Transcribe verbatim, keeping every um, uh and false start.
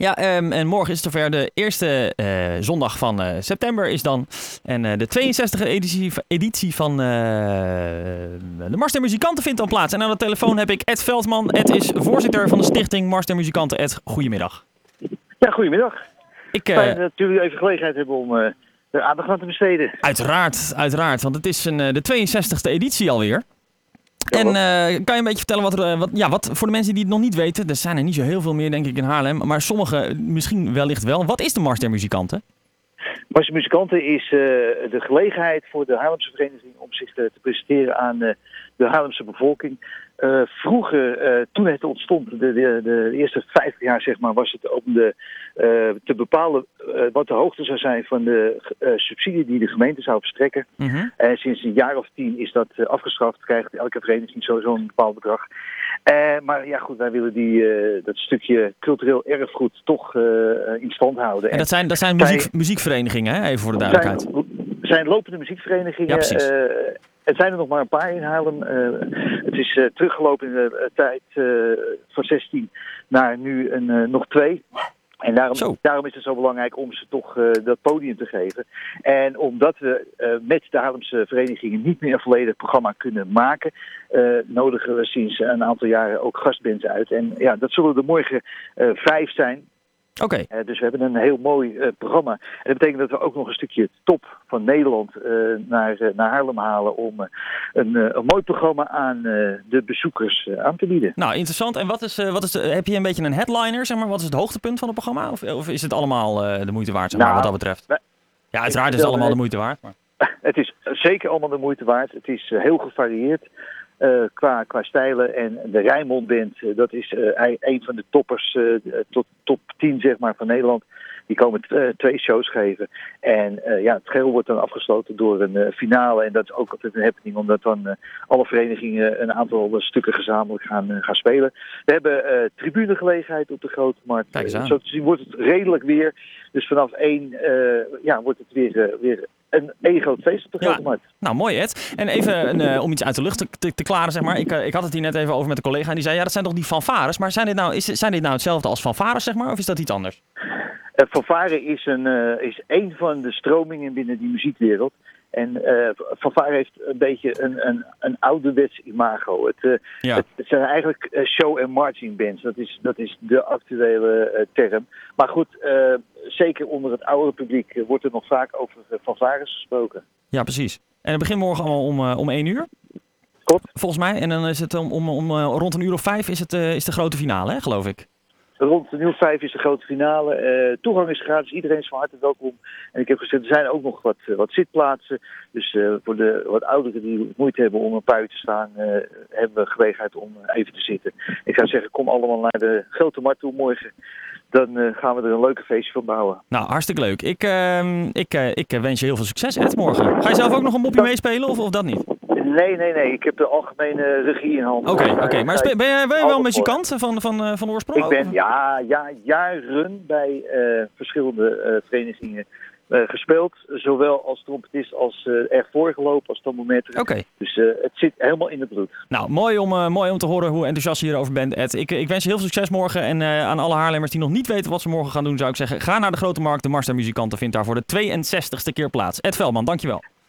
Ja, um, en morgen is het zover. De eerste uh, zondag van uh, september is dan. En uh, de tweeënzestigste editie, editie van uh, de Mars der Muzikanten vindt dan plaats. En aan de telefoon heb ik Ed Veldman. Ed is voorzitter van de stichting Mars der Muzikanten. Ed, goedemiddag. Ja, goedemiddag. Ik, uh, Fijn dat jullie even gelegenheid hebben om uh, er aandacht aan te besteden. Uiteraard, uiteraard. Want het is een, uh, de tweeënzestigste editie alweer. En uh, kan je een beetje vertellen wat, er, wat, ja, wat voor de mensen die het nog niet weten, er zijn er niet zo heel veel meer denk ik in Haarlem, maar sommigen misschien wellicht wel. Wat is de Mars der Muzikanten? Mars der Muzikanten is uh, de gelegenheid voor de Haarlemse vereniging om zich te, te presenteren aan uh, de Haarlemse bevolking. Uh, vroeger, uh, toen het ontstond, de, de, de eerste vijftig jaar zeg maar, was het om de, uh, te bepalen uh, wat de hoogte zou zijn van de uh, subsidie die de gemeente zou verstrekken. Mm-hmm. En sinds een jaar of tien is dat uh, afgeschaft, krijgt elke vereniging sowieso een bepaald bedrag. Uh, maar ja goed, wij willen die, uh, dat stukje cultureel erfgoed toch uh, in stand houden. En dat zijn, dat zijn muziek, muziekverenigingen, hè? Even voor de duidelijkheid. Zijn, zijn lopende muziekverenigingen. Ja, precies. Uh, Het zijn er nog maar een paar in Haarlem. Uh, het is uh, teruggelopen in de uh, tijd uh, van zestien naar nu een, uh, nog twee. En daarom, daarom is het zo belangrijk om ze toch uh, dat podium te geven. En omdat we uh, met de Haarlemse verenigingen niet meer een volledig programma kunnen maken, uh, nodigen we sinds een aantal jaren ook gastbands uit. En ja, dat zullen er morgen uh, vijf zijn. Oké. Okay. Uh, dus we hebben een heel mooi uh, programma. En dat betekent dat we ook nog een stukje top van Nederland uh, naar, uh, naar Haarlem halen om uh, een, uh, een mooi programma aan uh, de bezoekers uh, aan te bieden. Nou, interessant. En wat is, uh, wat is de, heb je een beetje een headliner, zeg maar? Wat is het hoogtepunt van het programma? Of, of is het allemaal uh, de moeite waard, zeg maar, nou, wat dat betreft? Wij, ja, uiteraard is het allemaal de moeite waard. Maar... Het is zeker allemaal de moeite waard. Het is uh, heel gevarieerd. Uh, qua, qua stijlen. En de Rijnmond Band, uh, dat is uh, een van de toppers, uh, tot top tien zeg maar, van Nederland. Die komen t- uh, twee shows geven. En uh, ja, het geheel wordt dan afgesloten door een uh, finale. En dat is ook altijd een happening, omdat dan uh, alle verenigingen een aantal uh, stukken gezamenlijk gaan, uh, gaan spelen. We hebben uh, tribunegelegenheid op de Grote Markt. Uh, zo te zien wordt het redelijk weer. Dus vanaf één uh, ja, wordt het weer, uh, weer een één groot feest op de Grote ja, Markt. Nou, mooi Ed. En even een, uh, om iets uit de lucht te, te, te klaren, zeg maar. Ik, uh, ik had het hier net even over met een collega en die zei, ja, dat zijn toch die fanfares. Maar zijn dit nou, is, zijn dit nou hetzelfde als fanfares, zeg maar, of is dat iets anders? Uh, fanfare is, een, uh, is een van de stromingen binnen die muziekwereld. En uh, fanfare heeft een beetje een, een, een ouderwets imago. Het, uh, ja. het, het zijn eigenlijk uh, show- en marching bands. Dat is, dat is de actuele uh, term. Maar goed, uh, zeker onder het oudere publiek uh, wordt er nog vaak over uh, fanfares gesproken. Ja, precies. En het begint morgen allemaal om, uh, om één uur? Klopt. Volgens mij. En dan is het om, om, om uh, rond een uur of vijf is, het, uh, is de grote finale, hè, geloof ik. Rond een uur vijf is de grote finale. Uh, toegang is gratis, iedereen is van harte welkom. En ik heb gezegd, er zijn ook nog wat, uh, wat zitplaatsen. Dus uh, voor de wat ouderen die moeite hebben om een paar uur te staan, uh, hebben we gelegenheid om uh, even te zitten. Ik zou zeggen, kom allemaal naar de Grote Markt toe morgen. Dan uh, gaan we er een leuke feestje van bouwen. Nou, hartstikke leuk. Ik, uh, ik, uh, ik wens je heel veel succes, Ed, morgen. Ga je zelf ook nog een mopje meespelen of, of dat niet? Nee, nee, nee. Ik heb de algemene regie in handen. Oké, okay, okay. Maar ben, ben jij wel een muzikant van, van, uh, van oorsprong? Ik ben ja, ja, jaren bij uh, verschillende uh, verenigingen uh, gespeeld. Zowel als trompetist als uh, ervoor gelopen als tambourmeter. Okay. Dus uh, het zit helemaal in het bloed. Nou, mooi om, uh, mooi om te horen hoe enthousiast je hierover bent, Ed. Ik, ik wens je heel veel succes morgen. En uh, aan alle Haarlemmers die nog niet weten wat ze morgen gaan doen, zou ik zeggen, ga naar de Grote Markt. De Mars der Muzikanten vindt daar voor de tweeënzestigste keer plaats. Ed Veldman, dankjewel.